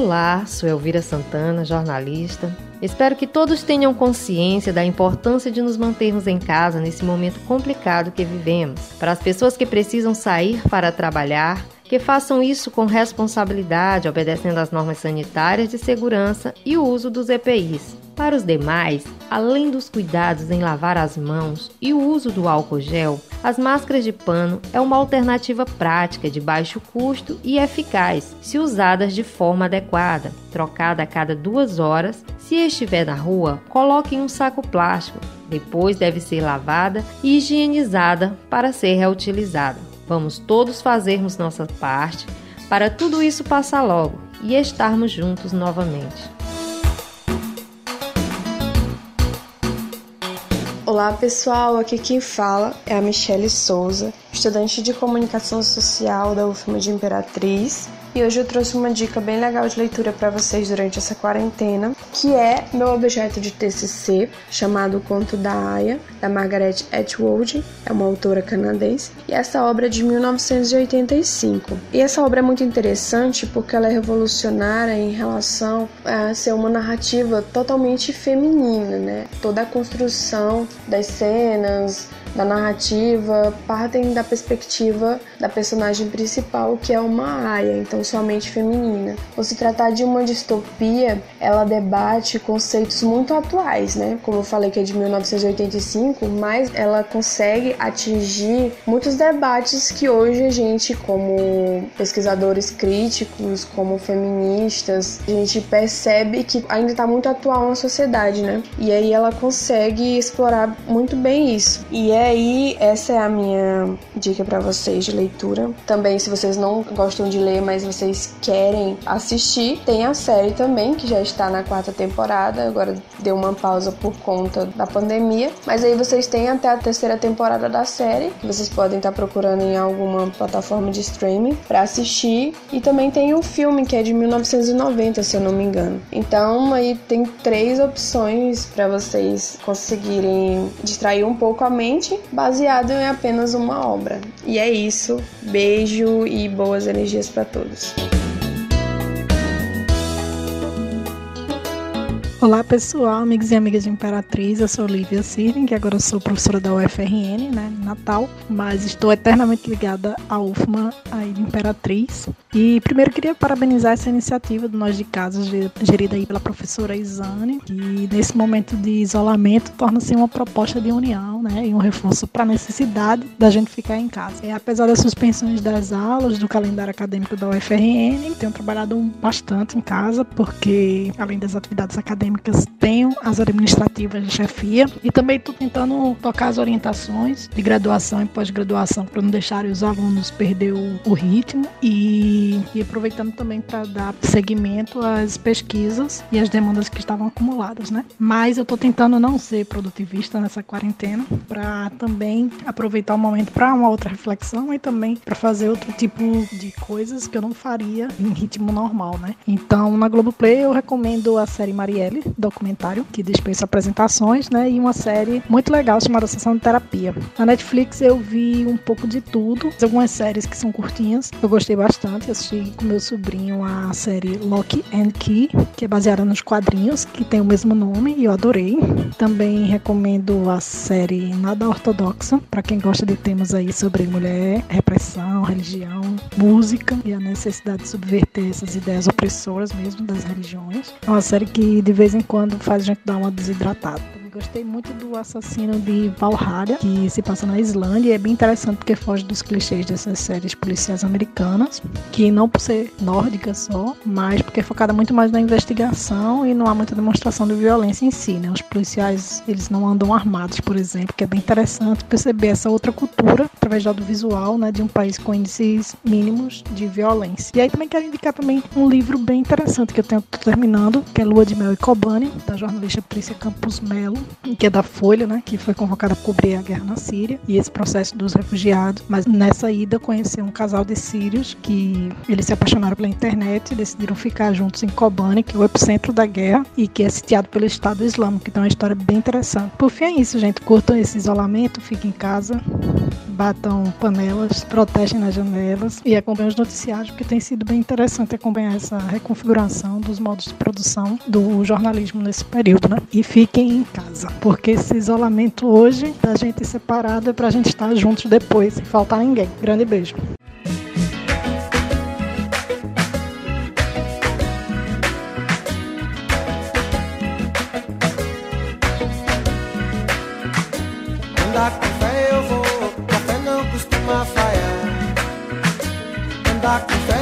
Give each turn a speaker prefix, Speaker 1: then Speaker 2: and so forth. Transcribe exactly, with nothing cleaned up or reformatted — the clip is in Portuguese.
Speaker 1: Olá, sou Elvira Santana, jornalista. Espero que todos tenham consciência da importância de nos mantermos em casa nesse momento complicado que vivemos. Para as pessoas que precisam sair para trabalhar, que façam isso com responsabilidade, obedecendo às normas sanitárias de segurança e o uso dos E P Is. Para os demais, além dos cuidados em lavar as mãos e o uso do álcool gel, as máscaras de pano é uma alternativa prática de baixo custo e eficaz, se usadas de forma adequada, trocada a cada duas horas. Se estiver na rua, coloque em um saco plástico. Depois deve ser lavada e higienizada para ser reutilizada. Vamos todos fazermos nossa parte para tudo isso passar logo e estarmos juntos novamente.
Speaker 2: Olá pessoal, aqui quem fala é a Michele Souza, estudante de Comunicação Social da U F M A de Imperatriz. E hoje eu trouxe uma dica bem legal de leitura para vocês durante essa quarentena, que é meu objeto de T C C, chamado O Conto da Aya, da Margaret Atwood, é uma autora canadense, e essa obra é de mil novecentos e oitenta e cinco. E essa obra é muito interessante porque ela é revolucionária em relação a ser uma narrativa totalmente feminina, né? Toda a construção das cenas, da narrativa, partem da perspectiva da personagem principal, que é uma aia, então somente feminina. Por se tratar de uma distopia, ela debate conceitos muito atuais, né? Como eu falei que é de mil novecentos e oitenta e cinco, mas ela consegue atingir muitos debates que hoje a gente, como pesquisadores críticos, como feministas, a gente percebe que ainda está muito atual na sociedade, né? E aí ela consegue explorar muito bem isso. E aí, essa é a minha dica para vocês de leitura. Também, se vocês não gostam de ler, mas vocês querem assistir, tem a série também, que já está na quarta temporada. Agora deu uma pausa por conta da pandemia. Mas aí vocês têm até a terceira temporada da série, que vocês podem estar procurando em alguma plataforma de streaming para assistir. E também tem o filme, que é de mil novecentos e noventa, se eu não me engano. Então, aí tem três opções para vocês conseguirem distrair um pouco a mente, baseado em apenas uma obra. E é isso. Beijo e boas energias para todos.
Speaker 3: Olá pessoal, amigos e amigas de Imperatriz, eu sou Lívia Sirling, que agora eu sou professora da U F R N, né, em Natal, mas estou eternamente ligada à U F M A aí de Imperatriz. E primeiro queria parabenizar essa iniciativa do Nós de Casa, gerida aí pela professora Isane, que nesse momento de isolamento torna-se uma proposta de união, né, e um reforço para a necessidade da gente ficar em casa. E, apesar das suspensões das aulas do calendário acadêmico da U F R N, tenho trabalhado bastante em casa, porque além das atividades acadêmicas, tenho as administrativas de chefia e também estou tentando tocar as orientações de graduação e pós-graduação para não deixarem os alunos perder o, o ritmo e, e aproveitando também para dar seguimento às pesquisas e às demandas que estavam acumuladas, né? Mas eu estou tentando não ser produtivista nessa quarentena para também aproveitar o momento para uma outra reflexão e também para fazer outro tipo de coisas que eu não faria em ritmo normal, né? Então, na Globoplay eu recomendo a série Marielle, documentário que dispensa apresentações, né, e uma série muito legal chamada Sessão de Terapia. Na Netflix eu vi um pouco de tudo, algumas séries que são curtinhas, eu gostei bastante, assisti com meu sobrinho a série Lock and Key, que é baseada nos quadrinhos, que tem o mesmo nome e eu adorei. Também recomendo a série Nada Ortodoxa, para quem gosta de temas aí sobre mulher, repressão, religião, música e a necessidade de subverter essas ideias opressoras mesmo das religiões. É uma série que de vez em quando faz a gente dar uma desidratada. Gostei muito do Assassino de Valhalla, que se passa na Islândia, e é bem interessante porque foge dos clichês dessas séries policiais americanas, que não por ser nórdica só, mas porque é focada muito mais na investigação e não há muita demonstração de violência em si, né? Os policiais, eles não andam armados, por exemplo, que é bem interessante perceber essa outra cultura através do audiovisual, né, de um país com índices mínimos de violência. E aí também quero indicar também um livro bem interessante que eu tenho terminando, que é Lua de Mel e Kobane, da jornalista Patrícia Campos Melo, que é da Folha, né, que foi convocada para cobrir a guerra na Síria e esse processo dos refugiados, mas nessa ida conheceu um casal de sírios que eles se apaixonaram pela internet e decidiram ficar juntos em Kobane, que é o epicentro da guerra e que é sitiado pelo Estado Islâmico, então é uma história bem interessante. Por fim é isso, gente, curtam esse isolamento, fiquem em casa, batam panelas, protestem nas janelas e acompanhem os noticiários, porque tem sido bem interessante acompanhar essa reconfiguração dos modos de produção do jornalismo nesse período, né? E fiquem em casa, porque esse isolamento hoje, da gente separado, é pra gente estar juntos depois, sem faltar ninguém. Grande beijo.
Speaker 4: Andar com fé eu vou, café não costuma falhar. Andar com fé